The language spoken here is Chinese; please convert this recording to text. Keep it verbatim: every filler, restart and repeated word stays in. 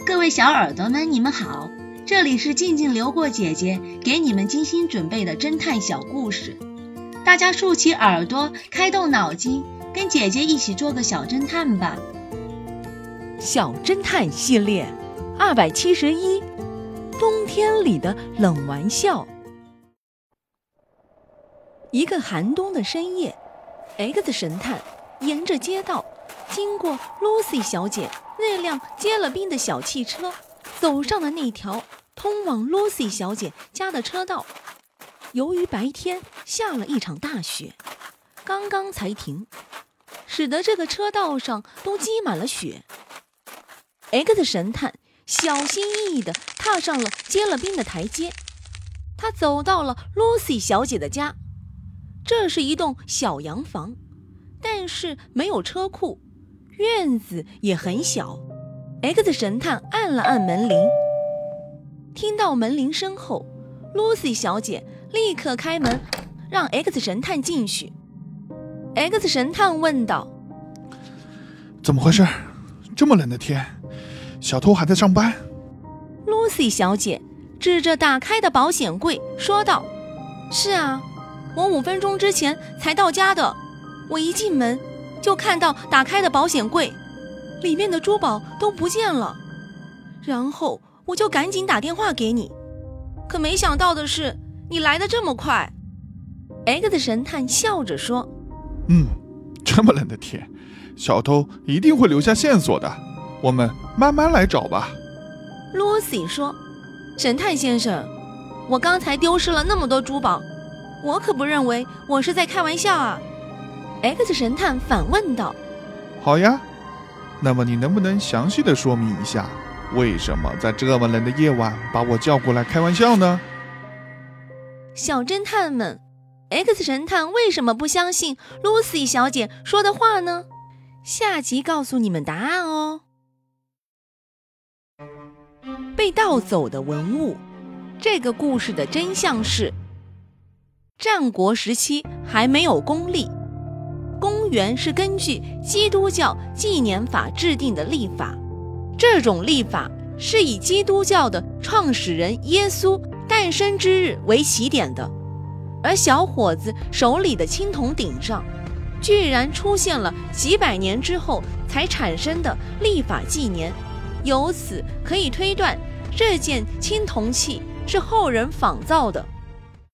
各位小耳朵们，你们好，这里是静静流过姐姐给你们精心准备的侦探小故事，大家竖起耳朵，开动脑筋，跟姐姐一起做个小侦探吧。 小侦探系列二百七十一，冬天里的冷玩笑。一个寒冬的深夜， X 神探沿着街道经过 Lucy 小姐那辆结了冰的小汽车，走上了那条通往 Lucy 小姐家的车道。由于白天下了一场大雪，刚刚才停，使得这个车道上都积满了雪。 X 神探小心翼翼地踏上了结了冰的台阶，他走到了 Lucy 小姐的家。这是一栋小洋房，但是没有车库，院子也很小。 X 神探按了按门铃，听到门铃声后， Lucy 小姐立刻开门让 X 神探进去。 X 神探问道： 怎么回事？这么冷的天，小偷还在上班？ Lucy 小姐指着打开的保险柜说道：是啊，我五分钟之前才到家的，我一进门就看到打开的保险柜，里面的珠宝都不见了，然后我就赶紧打电话给你，可没想到的是你来得这么快。 X 神探笑着说： 嗯，这么冷的天，小偷一定会留下线索的，我们慢慢来找吧。 Lucy 说：神探先生，我刚才丢失了那么多珠宝，我可不认为我是在开玩笑啊。 X 神探反问道： 好呀，那么你能不能详细的说明一下，为什么在这么冷的夜晚把我叫过来开玩笑呢？ 小侦探们， X 神探为什么不相信 Lucy 小姐说的话呢？下集告诉你们答案哦。被盗走的文物，这个故事的真相是，战国时期还没有公历，公元是根据基督教纪年法制定的历法，这种历法是以基督教的创始人耶稣诞生之日为起点的，而小伙子手里的青铜鼎上居然出现了几百年之后才产生的历法纪年，由此可以推断这件青铜器是后人仿造的。